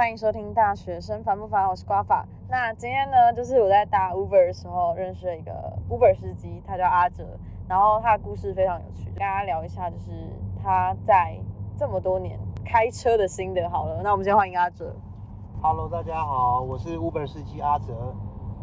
欢迎收听大学生烦不烦？我是瓜法。那今天呢，就是我在打 Uber 的时候认识了一个 Uber 司机，他叫阿哲，然后他的故事非常有趣，跟大家聊一下，就是他在这么多年开车的心得。好了，那我们先欢迎阿哲。 Hello， 大家好，我是 Uber 司机阿哲。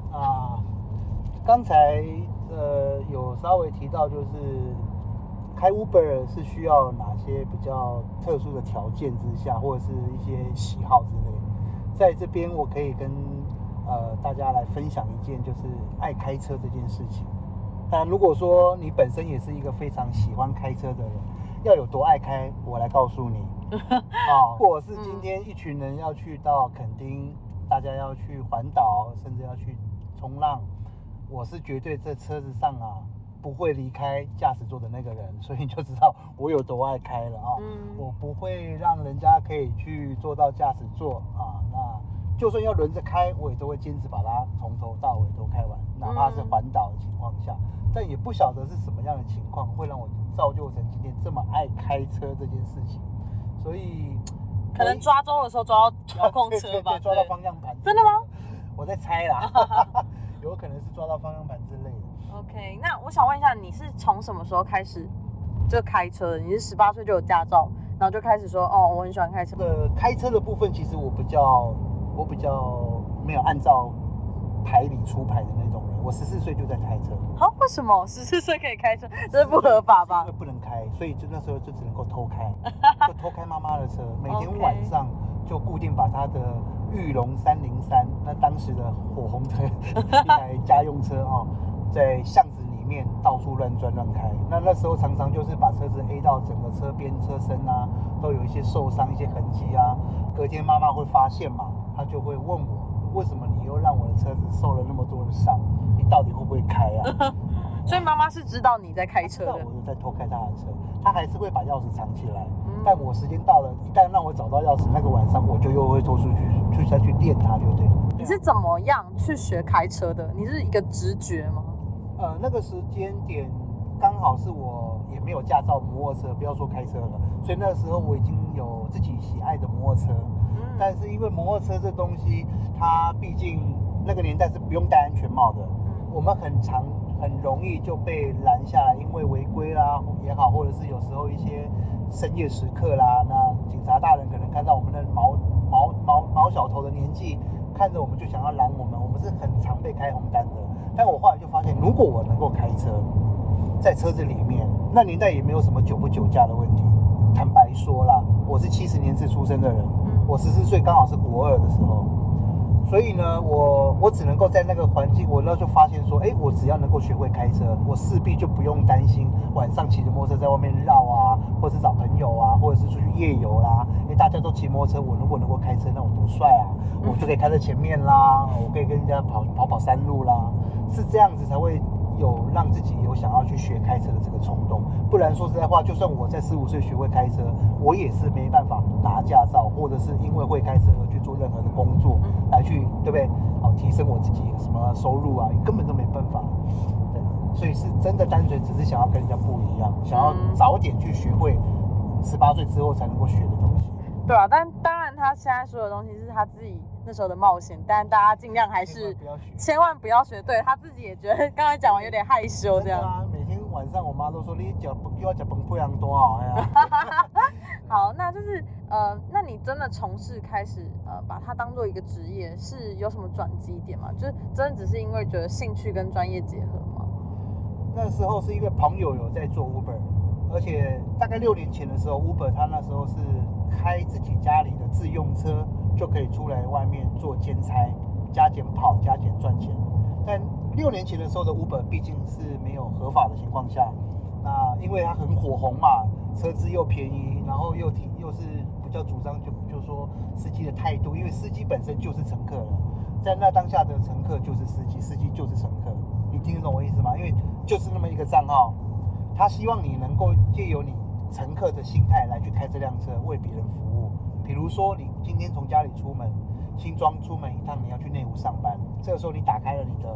刚才有稍微提到，就是开 Uber 是需要哪些比较特殊的条件之下，或者是一些喜好之类。在这边我可以跟大家来分享一件，就是爱开车这件事情。那如果说你本身也是一个非常喜欢开车的人，要有多爱开，我来告诉你。如果是今天一群人要去到垦丁，大家要去环岛，甚至要去冲浪，我是绝对这车子上不会离开驾驶座的那个人，所以你就知道我有多爱开了我不会让人家可以去坐到驾驶座那就算要轮着开，我也都会坚持把它从头到尾都开完，哪怕是环岛的情况下。但也不晓得是什么样的情况会让我造就成今天这么爱开车这件事情，所以可能抓周的时候抓到遥控车吧， 对，抓到方向盘。 真的吗？ 我在猜啦，有可能是抓到方向盘之类的。 OK， 那我想问一下，你是从什么时候开始就开车的？你是18岁就有驾照，然后就开始说我很喜欢开车。 开车的部分，其实我比较没有按照牌理出牌的那种人。我14岁就在开车。 为什么14岁可以开车？这是不合法吧？ 因为不能开，所以就那时候就只能够偷开，就偷开妈妈的车。每天晚上就固定把她的裕隆303，那当时的火红的一台家用车在巷子里面到处乱转乱开。那时候常常就是把车子 A 到整个车边车身都有一些受伤、一些痕迹隔天妈妈会发现嘛，她就会问我，为什么你又让我的车子受了那么多的伤？你到底会不会开所以妈妈是知道你在开车的。 我有在偷开她的车，她还是会把钥匙藏起来。但我时间到了，一旦让我找到钥匙，那个晚上我就又会拖出去再去练它，就对了。 你是怎么样去学开车的？你是一个直觉吗？ 那个时间点刚好是我也没有驾照摩托车，不要说开车了，所以那时候我已经有自己喜爱的摩托车。但是因为摩托车这东西，它毕竟那个年代是不用戴安全帽的，我们很容易就被拦下来，因为违规啦也好，或者是有时候一些深夜时刻啦，那警察大人可能看到我们的毛小头的年纪，看着我们就想要拦我们是很常被开红单的。但我后来就发现，如果我能够开车，在车子里面，那年代也没有什么酒不酒驾的问题。坦白说啦，我是70年次出生的人，我14岁刚好是国2的时候。所以呢，我只能够在那个环境，我那就发现说，我只要能够学会开车，我势必就不用担心晚上骑着摩托车在外面绕或者是找朋友或者是出去夜游啦。大家都骑摩托车，我如果能够开车，那我多帅我就可以开在前面啦，我可以跟人家跑山路啦，是这样子才会有让自己有想要去学开车的这个冲动。不然说实在话，就算我在15岁学会开车，我也是没办法拿驾照，或者是因为会开车而去做任何的工作来去，对不对？提升我自己什么收入根本都没办法。对，所以是真的单纯只是想要跟人家不一样，想要早点去学会18岁之后才能够学的东西。 对啊，但当然他现在说的东西是他自己那时候的冒险，但大家尽量还是千万不要学。对，他自己也觉得刚才讲完有点害羞这样。 每天晚上我妈都说你叫我吃饭不让多好，那就是那你真的从事开始把它当做一个职业，是有什么转机点吗？就是真的只是因为觉得兴趣跟专业结合吗？ 那时候是因为朋友有在做 Uber， 而且大概6年前的时候 ，Uber 他那时候是开自己家里的自用车就可以出来外面做兼差，加减跑加减赚钱。但6年前的时候的 Uber 毕竟是没有合法的情况下，那因为它很火红嘛，车资又便宜，然后又是比较主张就说司机的态度，因为司机本身就是乘客了，在那当下的乘客就是司机，司机就是乘客。你听得懂我意思吗？因为就是那么一个账号，他希望你能够借由你乘客的心态来去开这辆车，为别人服务。比如说你今天从家里出门，新庄出门一趟，你要去内湖上班，这个时候你打开了你的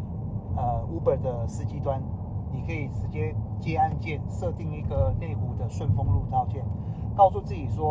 Uber 的司机端，你可以直接接案件，设定一个内湖的顺丰路套件，告诉自己说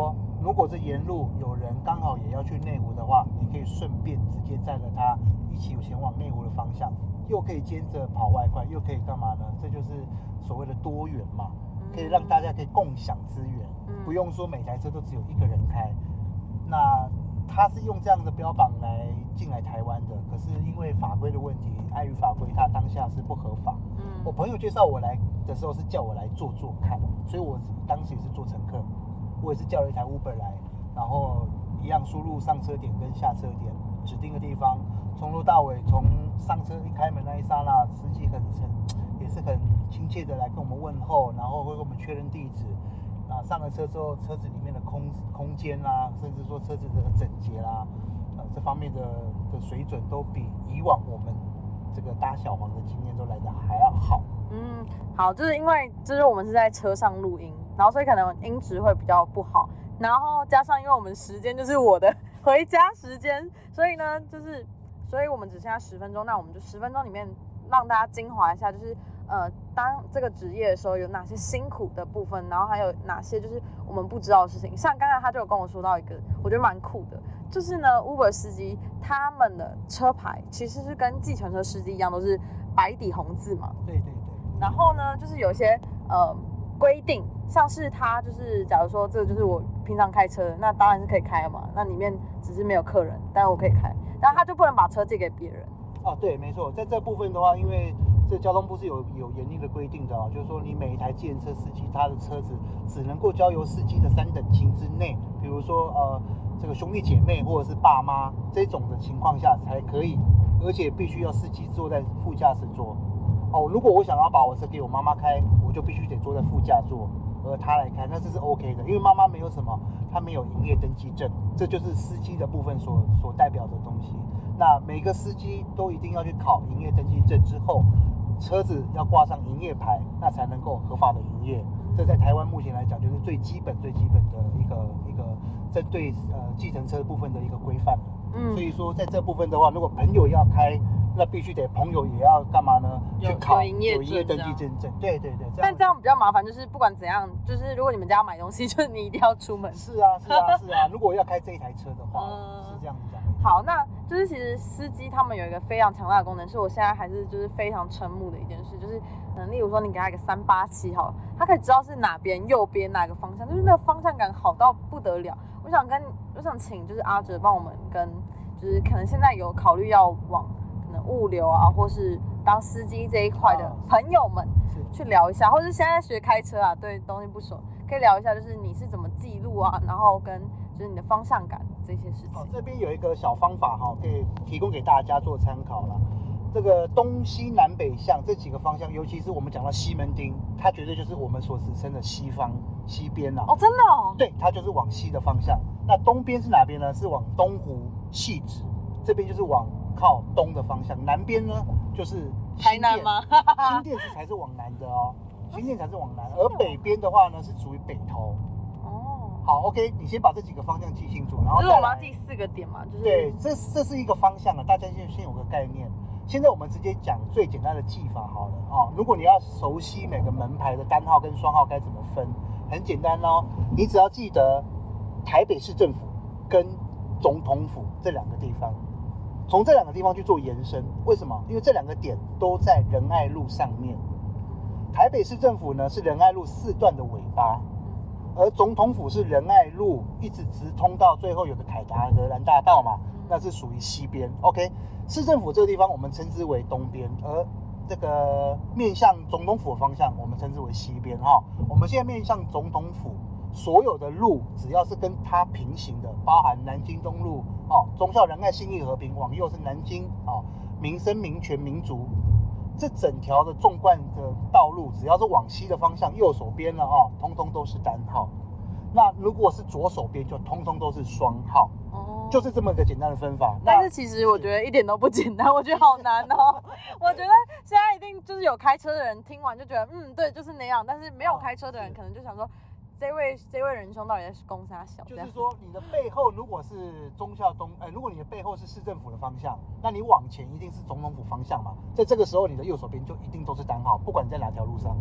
如果是沿路有人刚好也要去内湖的话，你可以顺便直接载了他一起前往内湖的方向，又可以兼着跑外快，又可以干嘛呢？这就是所谓的多元嘛，可以让大家可以共享资源，不用说每台车都只有一个人开。那他是用这样的标榜来进来台湾的，可是因为法规的问题，碍于法规，他当下是不合法。我朋友介绍我来的时候是叫我来坐看，所以我当时也是做乘客，我也是叫了一台 Uber 来，然后一样输入上车点跟下车点，指定的地方，从头到尾，从上车一开门那一刹那，司机也是很亲切的来跟我们问候，然后会跟我们确认地址。上了车之后，车子里面的空间啦，甚至说车子的整洁啦，这方面的水准都比以往我们这个搭小黄的经验都来得还要好。 好，就是因为我们是在车上录音，然后所以可能音质会比较不好，然后加上因为我们时间就是我的回家时间，所以呢所以我们只剩下10分钟，那我们就10分钟里面让大家精华一下，就是当这个职业的时候有哪些辛苦的部分，然后还有哪些就是我们不知道的事情。像刚才他就有跟我说到一个我觉得蛮酷的，就是呢 Uber 司机他们的车牌其实是跟计程车司机一样，都是白底红字嘛。 对。 然后呢就是有一些规定，像是他就是假如说这个就是我平常开车，那当然是可以开嘛，那里面只是没有客人，但是我可以开，但他就不能把车借给别人。 对，没错，在这部分的话，因为这交通部是有严厉的规定的就是说你每一台计程车司机他的车子只能够交由司机的3等亲之内，比如说这个兄弟姐妹或者是爸妈这种的情况下才可以，而且必须要司机坐在副驾驶座。如果我想要把我车给我妈妈开，我就必须得坐在副驾座，而她来开，那这是 OK 的，因为妈妈没有什么，她没有营业登记证，这就是司机的部分所代表的东西。那每个司机都一定要去考营业登记证之后，车子要挂上营业牌，那才能够合法的营业。这在台湾目前来讲，就是最基本的一个针对计程车部分的一个规范。所以说在这部分的话，如果朋友要开，那必须得朋友也要干嘛呢？去考有营业登记证。对。 但这样比较麻烦，就是不管怎样，就是如果你们家要买东西，就是你一定要出门。 是啊。如果要开这一台车的话，是这样子讲。 好，那就是其实司机他们有一个非常强大的功能，是我现在还是就是非常瞠目的一件事，就是例如说你给他一个387好了，他可以知道是哪边右边哪个方向，就是那个方向感好到不得了。我想请就是阿哲帮我们跟就是可能现在有考虑要往可能物流啊，或是当司机这一块的朋友们去聊一下，或是现在学开车啊，对东西不熟，可以聊一下，就是你是怎么记录啊，然后跟就是你的方向感这些事情。 这边有一个小方法可以提供给大家做参考啦。这个东西南北向这几个方向，尤其是我们讲到西门町，它绝对就是我们所指称的西边啦。 真的哦？ 对，它就是往西的方向。那东边是哪边呢？是往东湖、汐止，这边就是往靠东的方向。南边呢就是台南吗？ 新店才是往南的新店才是往南，而北边的话呢是属于北投。好 ，OK， 你先把这几个方向记清楚，然后就是我们要记4个点嘛，就是对，这是一个方向大家先有个概念。现在我们直接讲最简单的记法好了如果你要熟悉每个门牌的单号跟双号该怎么分，很简单你只要记得台北市政府跟总统府这2个地方，从这2个地方去做延伸。为什么？因为这2个点都在仁爱路上面。台北市政府呢是仁爱路4段的尾巴。而总统府是仁爱路一直直通到最后有个凯达格兰大道嘛，那是属于西边。OK， 市政府这个地方我们称之为东边，而这个面向总统府的方向我们称之为西边我们现在面向总统府，所有的路只要是跟它平行的，包含南京东路忠孝仁爱信义和平，往右是南京民生民权民族。这整条的纵贯的道路，只要是往西的方向，右手边呢通通都是单号。那如果是左手边，就通通都是双号。就是这么一个简单的分法。 但是其实我觉得一点都不简单，我觉得好难我觉得现在一定就是有开车的人听完就觉得对，就是那样。但是没有开车的人可能就想说，这位仁兄到底在攻杀小？ 就是说你的背后如果是忠孝如果你的背后是市政府的方向，那你往前一定是总统府方向嘛。在这个时候，你的右手边就一定都是单号，不管你在哪条路上。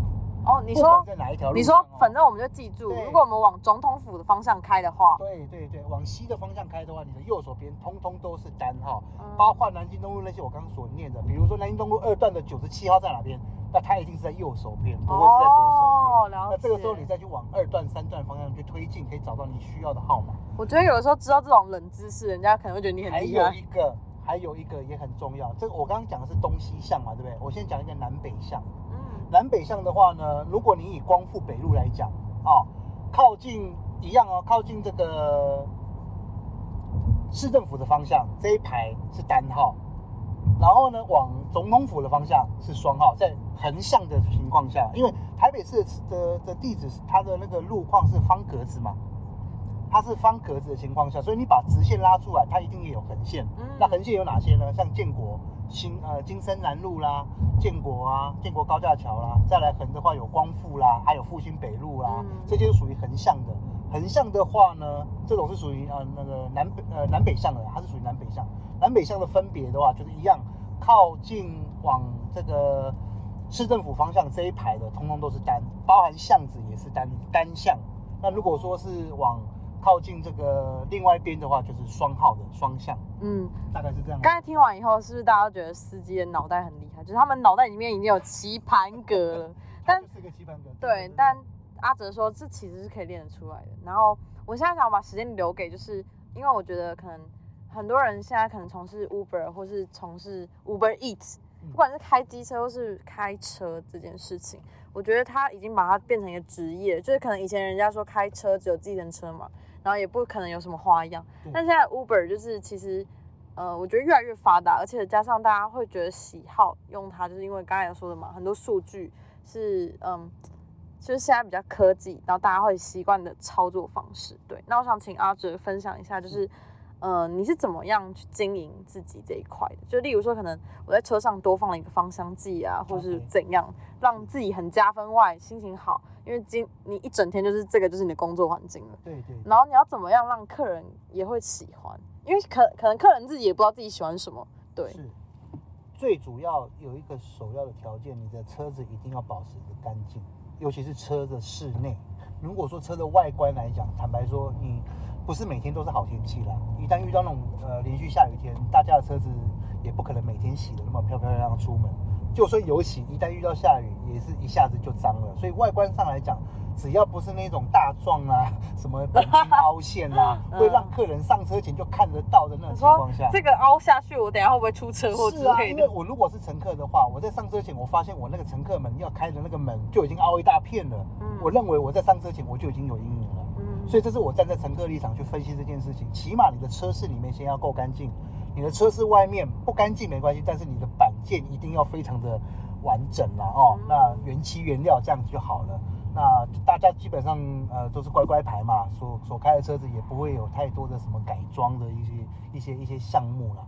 哦，你不说管在哪一条路上， 你说反正我们就记住，如果我们往总统府的方向开的话， 对，往西的方向开的话，你的右手边通通都是单号，包括南京东路那些我刚刚所念的，比如说南京东路2段的97号在哪边，那它一定是在右手边，不会是在左手边。那这个时候你再去往2段、3段方向去推进，可以找到你需要的号码。 我觉得有的时候知道这种冷知识，人家可能会觉得你很厉害。 还有一个也很重要，这个我刚刚讲的是东西向嘛，对不对？我先讲一个南北向。南北向的话呢，如果你以光复北路来讲，靠近一样靠近这个市政府的方向，这一排是单号，然后呢，往总统府的方向是双号，在横向的情况下，因为台北市的地址，它的那个路况是方格子嘛。它是方格子的情况下，所以你把直线拉出来，它一定也有横线。那横线有哪些呢？像建国、金森南路啦、建国高架桥啦，再来横的话有光复啦，还有复兴北路啦，这些是属于横向的。横向的话呢，这种是属于那个南北向的，它是属于南北向。南北向的分别的话，就是一样，靠近往这个市政府方向这一排的，通通都是单，包含巷子也是单向。那如果说是往靠近这个另外一边的话，就是双号的双向，大概是这样。 刚才听完以后，是不是大家都觉得司机的脑袋很厉害？就是他们脑袋里面已经有棋盘格了， 但是个棋盘格。 对，但阿哲说这其实是可以练得出来的。然后我现在想把时间留给，就是因为我觉得可能很多人现在可能从事 Uber 或是从事 Uber Eats，不管是开机车或是开车这件事情，我觉得他已经把它变成一个职业，就是可能以前人家说开车只有计程车嘛。然后也不可能有什么花样，但现在 Uber 就是其实，我觉得越来越发达，而且加上大家会觉得喜好用它，就是因为刚才有说的嘛，很多数据是就是现在比较科技，然后大家会习惯的操作方式。对，那我想请阿哲分享一下，就是你是怎么样去经营自己这一块的？就例如说，可能我在车上多放了一个芳香剂啊，或是怎样，让自己很加分外，心情好。因为你一整天就是这个，就是你的工作环境了。 对。 然后你要怎么样让客人也会喜欢？因为可能客人自己也不知道自己喜欢什么。对。 是。最主要有一个首要的条件，你的车子一定要保持一个干净，尤其是车的室内。如果说车的外观来讲，坦白说，你不是每天都是好天气啦。一旦遇到那种连续下雨天，大家的车子也不可能每天洗得那么漂漂亮亮出门。就算有洗，一旦遇到下雨，也是一下子就脏了。所以外观上来讲，只要不是那种大撞啊，什么钣金凹陷啊，会让客人上车前就看得到的那种情况下， 这个凹下去，我等一下会不会出车祸之类的？ 是啊，因为我如果是乘客的话，我在上车前，我发现我那个乘客门要开的那个门就已经凹一大片了。我认为我在上车前我就已经有阴影了。所以这是我站在乘客立场去分析这件事情。起码你的车室里面先要够干净。你的车室外面不干净没关系，但是你的板件一定要非常的完整啦那原漆原料这样子就好了。那大家基本上都是乖乖牌嘛，所开的车子也不会有太多的什么改装的一些项目啦。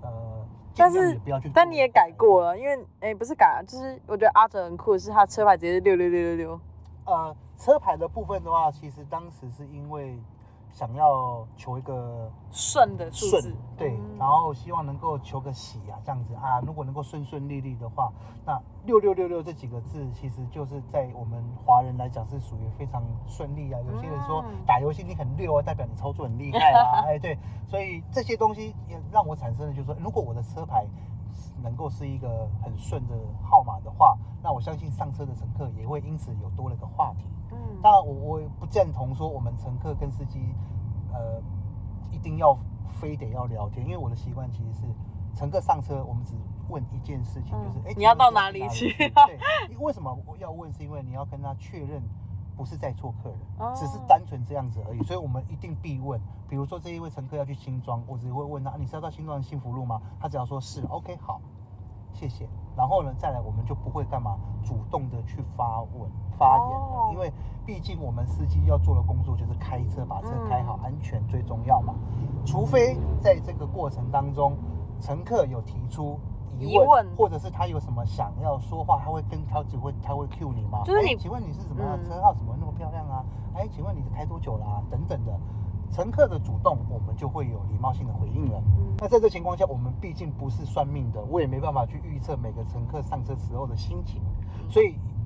但你也改过了，因为不是改啊，就是我觉得阿哲很酷的是他车牌直接是66666。 车牌的部分的话，其实当时是因为想要求一个顺的数字， 对，然后希望能够求个喜啊，这样子啊，如果能够顺利利的话，那6666这几个字，其实就是在我们华人来讲是属于非常顺利啊。有些人说打游戏你很溜啊，代表你操作很厉害啊，对，所以这些东西也让我产生了，就是说，如果我的车牌能够是一个很顺的号码的话，那我相信上车的乘客也会因此有多了一个话题。当然我不赞同说我们乘客跟司机一定要非得要聊天，因为我的习惯其实是乘客上车我们只问一件事情，就是你要到哪里去？ 对，为什么我要问？是因为你要跟他确认不是在做客人，只是单纯这样子而已，所以我们一定必问。比如说这一位乘客要去新庄，我只会问他，你是要到新庄的幸福路吗？他只要说是 OK 好，谢谢。然后呢，再来我们就不会干嘛主动的去发言了，因为毕竟我们司机要做的工作就是开车，把车开好，安全最重要嘛。除非在这个过程当中，乘客有提出疑问，或者是他有什么想要说话，他会 cue 你吗？就是请问你是什么车号，怎么那么漂亮啊？请问你是开多久啦？等等的。乘客的主动，我们就会有礼貌性的回应了。那在这情况下，我们毕竟不是算命的，我也没办法去预测每个乘客上车时候的心情，所以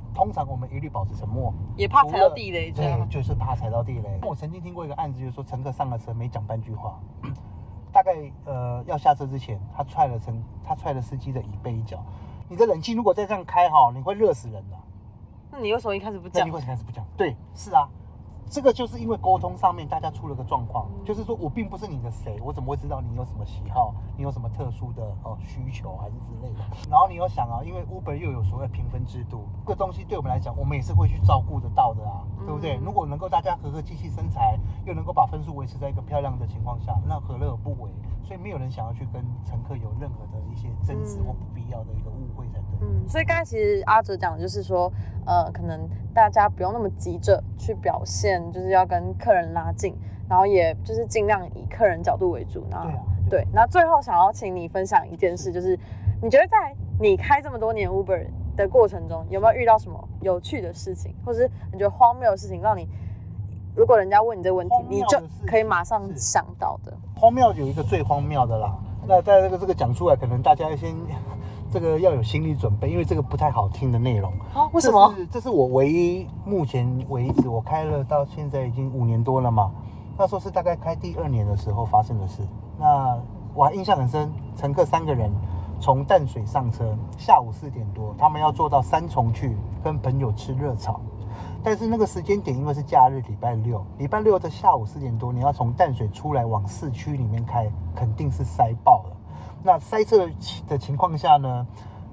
通常我们一律保持沉默， 也怕踩到地雷。 对，就是怕踩到地雷。我曾经听过一个案子，就是说乘客上了车没讲半句话，大概要下车之前，他踹了司机的椅背一脚。你的冷气如果再这样开哈，你会热死人的。 那你为什么一开始不讲？ 对，是啊。这个就是因为沟通上面大家出了个状况，就是说我并不是你的谁，我怎么会知道你有什么喜好，你有什么特殊的需求还是之类的。然后你有想啊，因为 Uber 又有所谓评分制度，这个东西对我们来讲，我们也是会去照顾得到的啊，对不对？如果能够大家和气生财，又能够把分数维持在一个漂亮的情况下，那何乐而不为？所以没有人想要去跟乘客有任何的一些争执或不必要的一个误会才对。 所以刚才其实阿哲讲的就是说，可能大家不用那么急着去表现，就是要跟客人拉近，然后也就是尽量以客人角度为主。然后对，那最后想要请你分享一件事，就是你觉得在你开这么多年 Uber 的过程中，有没有遇到什么有趣的事情，或是你觉得荒谬的事情，让你如果人家问你这个问题，你就可以马上想到的？ 荒谬有一个最荒谬的啦，那在这个讲出来，可能大家先这个要有心理准备，因为这个不太好听的内容。 为什么？ 这是我目前为止我开了到现在已经5年多了嘛。那时候是大概开第2年的时候发生的事。那我还印象很深，乘客3个人从淡水上车，下午4点多，他们要坐到三重去跟朋友吃热炒。但是那个时间点因为是假日，礼拜六的下午4点多，你要从淡水出来往市区里面开，肯定是塞爆了。那塞车的情况下呢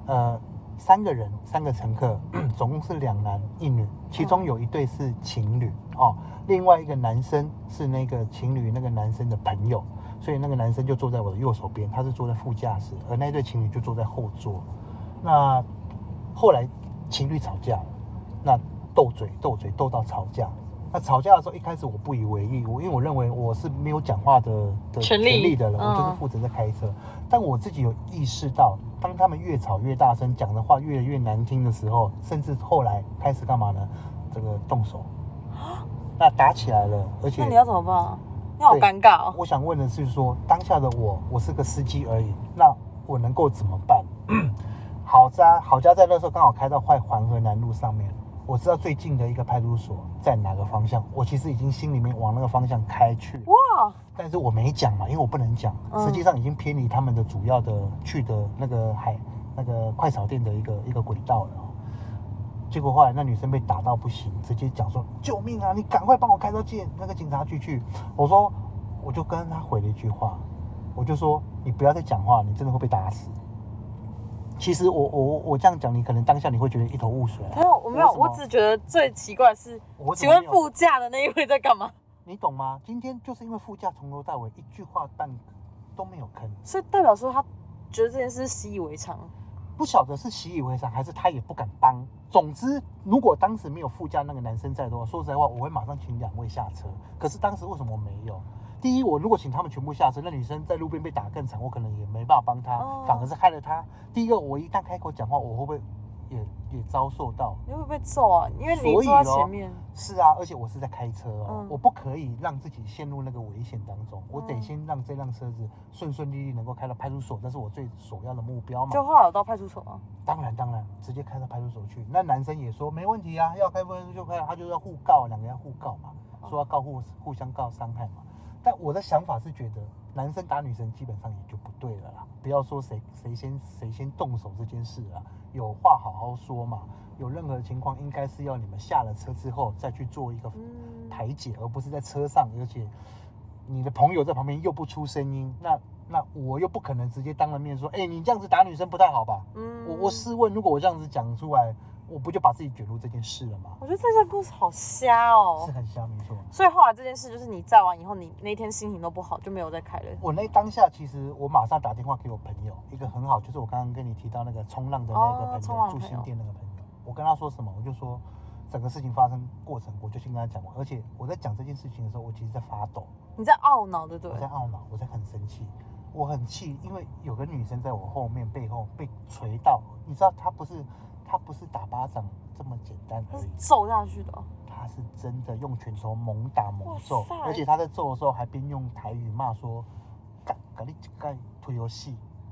，3个乘客，总共是2男1女，其中有一对是情侣另外一个男生是那个情侣那个男生的朋友，所以那个男生就坐在我的右手边，他是坐在副驾驶，而那对情侣就坐在后座。那后来情侣吵架了，那斗嘴斗到吵架。那吵架的时候，一开始我不以为意，因为我认为我是没有讲话的权利的人，我就是负责在开车。但我自己有意识到，当他们越吵越大声，讲的话越来越难听的时候，甚至后来开始干嘛呢？这个动手，那打起来了，而且那你要怎么办？你好尴尬哦。 我想问的是说，当下的我是个司机而已，那我能够怎么办？好家在那时候刚好开到环河南路上面。我知道最近的一个派出所在哪个方向，我其实已经心里面往那个方向开去。哇！但是我没讲嘛，因为我不能讲，实际上已经偏离他们的主要的去的那个快炒店的一个轨道了。结果后来那女生被打到不行，直接讲说：“救命啊！你赶快帮我开到那个警察局去。”我就跟他回了一句话，我就说：“你不要再讲话，你真的会被打死。”其实我这样讲，你可能当下你会觉得一头雾水。 没有，我只觉得最奇怪的是，请问副驾的那一位在干嘛？ 你懂吗？今天就是因为副驾从头到尾一句话半都没有吭， 所以代表说他觉得这件事习以为常。 不晓得是习以为常，还是他也不敢帮。总之，如果当时没有副驾那个男生在的话，说实在话，我会马上请2位下车。可是当时为什么没有？第一，我如果请他们全部下车，那女生在路边被打更惨，我可能也没办法帮她，反而是害了她。第一个，我一旦开口讲话，我会不会也遭受到？ 你会被揍啊？因为你坐在前面。 是啊，而且我是在开车我不可以让自己陷入那个危险当中，我得先让这辆车子顺顺利利能够开到派出所，这是我最首要的目标嘛。 就后来有到派出所吗？ 当然，直接开到派出所去。那男生也说没问题啊，要开派出所就开，他就要互告，2个要互告嘛，说要互相告伤害嘛。但我的想法是觉得男生打女生基本上也就不对了啦，不要说谁先动手这件事啊，有话好好说嘛。有任何情况应该是要你们下了车之后再去做一个排解，而不是在车上，而且你的朋友在旁边又不出声音，那我又不可能直接当了面说，你这样子打女生不太好吧？我试问，如果我这样子讲出来，我不就把自己卷入这件事了吗？ 我觉得这件故事好瞎哦， 是很瞎，没错。 所以后来这件事就是你载完以后，你那天心情都不好，就没有再开了。 我那当下其实我马上打电话给我朋友，一个很好，就是我刚刚跟你提到那个冲浪的那个朋友，住新店那个朋友。我跟他说什么，我就说整个事情发生过程，我就先跟他讲完。而且我在讲这件事情的时候，我其实在发抖。 你在懊恼，对不对？ 我在懊恼，我在很生气。我很气，因为有个女生在我后面背后被捶到，你知道她不是打巴掌这么简单而已，她是揍下去的。 她是真的用拳头猛打猛揍，而且她在揍的时候还边用台语骂说：“咖喱一盖推游戏。”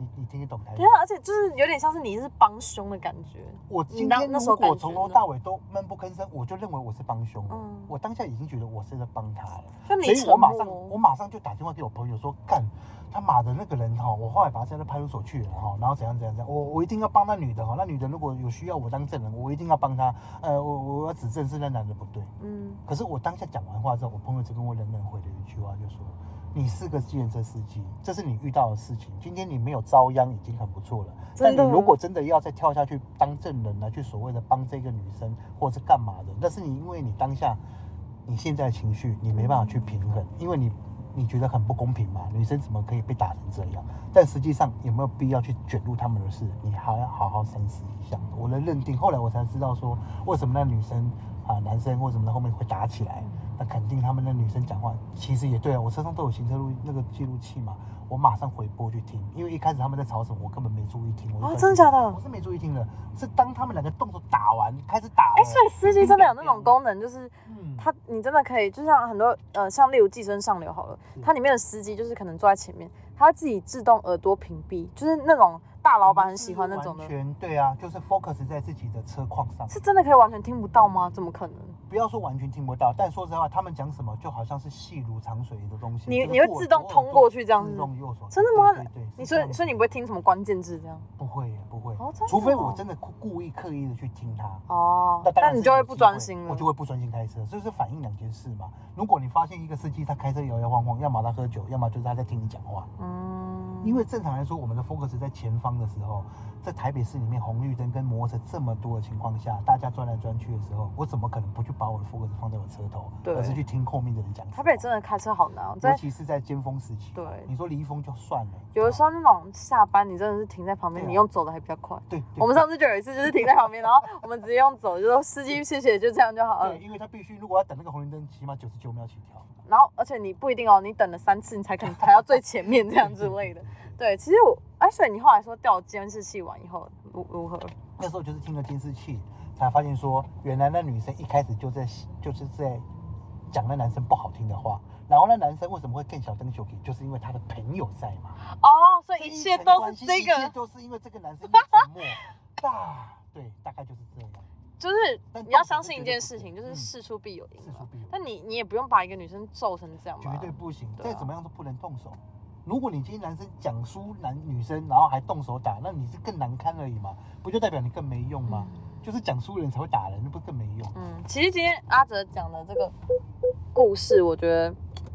你听得懂台语？ 对啊，而且就是有点像是你是帮凶的感觉。 我今天如果从头到尾都闷不吭声，我就认为我是帮凶了。我当下已经觉得我是在帮他了， 所以我马上就打电话给我朋友说，干他妈的那个人哈，我后来把他带到派出所去了哈，然后怎样，我一定要帮那女的哈，那女的如果有需要我当证人，我一定要帮她。我要指证是那男的不对。可是我当下讲完话之后，我朋友只跟我冷冷回了一句话，就说。你是个计程车司机，这是你遇到的事情。今天你没有遭殃已经很不错了。但你如果真的要再跳下去当证人呢，去所谓的帮这个女生或者是干嘛的，但是因为你当下你现在的情绪你没办法去平衡，因为你觉得很不公平嘛，女生怎么可以被打成这样？但实际上有没有必要去卷入他们的事？你还要好好三思一下。我的认定，后来我才知道说，为什么那女生男生为什么在后面会打起来？那肯定他们那女生讲话其实也对啊，我车上都有行车那个记录器嘛，我马上回播去听，因为一开始他们在吵什么，我根本没注意听。 真的假的？ 我是没注意听的，是当他们两个动手打完，开始打。 所以司机真的有那种功能，就是你真的可以，就像很多像例如寄生上流好了，它里面的司机就是可能坐在前面，他会自己自动耳朵屏蔽，就是那种。大老板很喜欢那种的， 完全对啊，就是 focus 在自己的车况上， 是真的可以完全听不到吗？怎么可能？ 不要说完全听不到，但说实话，他们讲什么就好像是细如长水的东西， 你会自动通过去这样子， 自动右手， 真的吗？ 对， 你所以你不会听什么关键字这样？ 不会，除非我真的故意刻意的去听它但你就会不专心了， 我就会不专心开车，这是反映两件事嘛。如果你发现一个司机他开车摇摇晃晃，要么他喝酒，要么就是他在听你讲话，因为正常来说，我们的 focus 在前方的时候，在台北市里面红绿灯跟摩托车这么多的情况下，大家钻来钻去的时候，我怎么可能不去把我的 focus 放在我车头，而是去听后面的人讲？ 台北真的开车好难， 尤其是在尖峰时期。 对， 你说离峰就算了， 有的时候那种下班，你真的是停在旁边，你用走的还比较快。 对， 我们上次就有一次就是停在旁边，然后我们直接用走，就说司机谢谢，就这样就好了。 对，因为他必须如果要等那个红绿灯，起码99秒起跳。 然后而且你不一定你等了3次，你才可能排到最前面这样之类的。对，其实所以你后来说调监视器完以后如何？ 那时候就是听了监视器，才发现说，原来那女生一开始就是在讲那男生不好听的话，然后那男生为什么会更小灯球给，就是因为他的朋友在嘛。 所以一切都是这个， 一切都是因为这个男生的沉默。对，大概就是这样。 就是你要相信一件事情，就是事出必有因。但你也不用把一个女生揍成这样吧？ 绝对不行，再怎么样都不能动手。如果你今天男生讲输女生，然后还动手打，那你是更难堪而已嘛，不就代表你更没用吗？就是讲输人才会打人，那不更没用？ 其实今天阿哲讲的这个故事，我觉得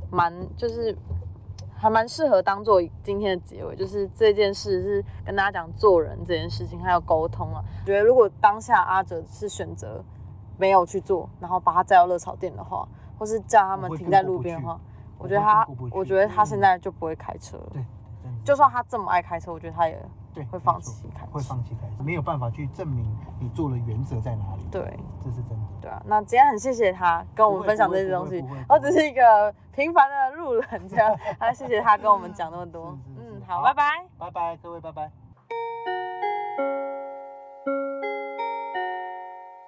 还蛮适合当做今天的结尾，就是这件事是跟大家讲做人这件事情，还有沟通啊。我觉得如果当下阿哲是选择没有去做，然后把他载到热炒店的话，或是叫他们停在路边的话，我觉得他现在就不会开车了。 对， 就算他这么爱开车，我觉得他也会放弃开车， 会放弃开车，没有办法去证明你做的原则在哪里。 对， 这是真的。 对啊，那今天很谢谢他跟我们分享这些东西，我只是一个平凡的路人这样，谢谢他跟我们讲那么多。好，拜拜， 拜拜，各位拜拜。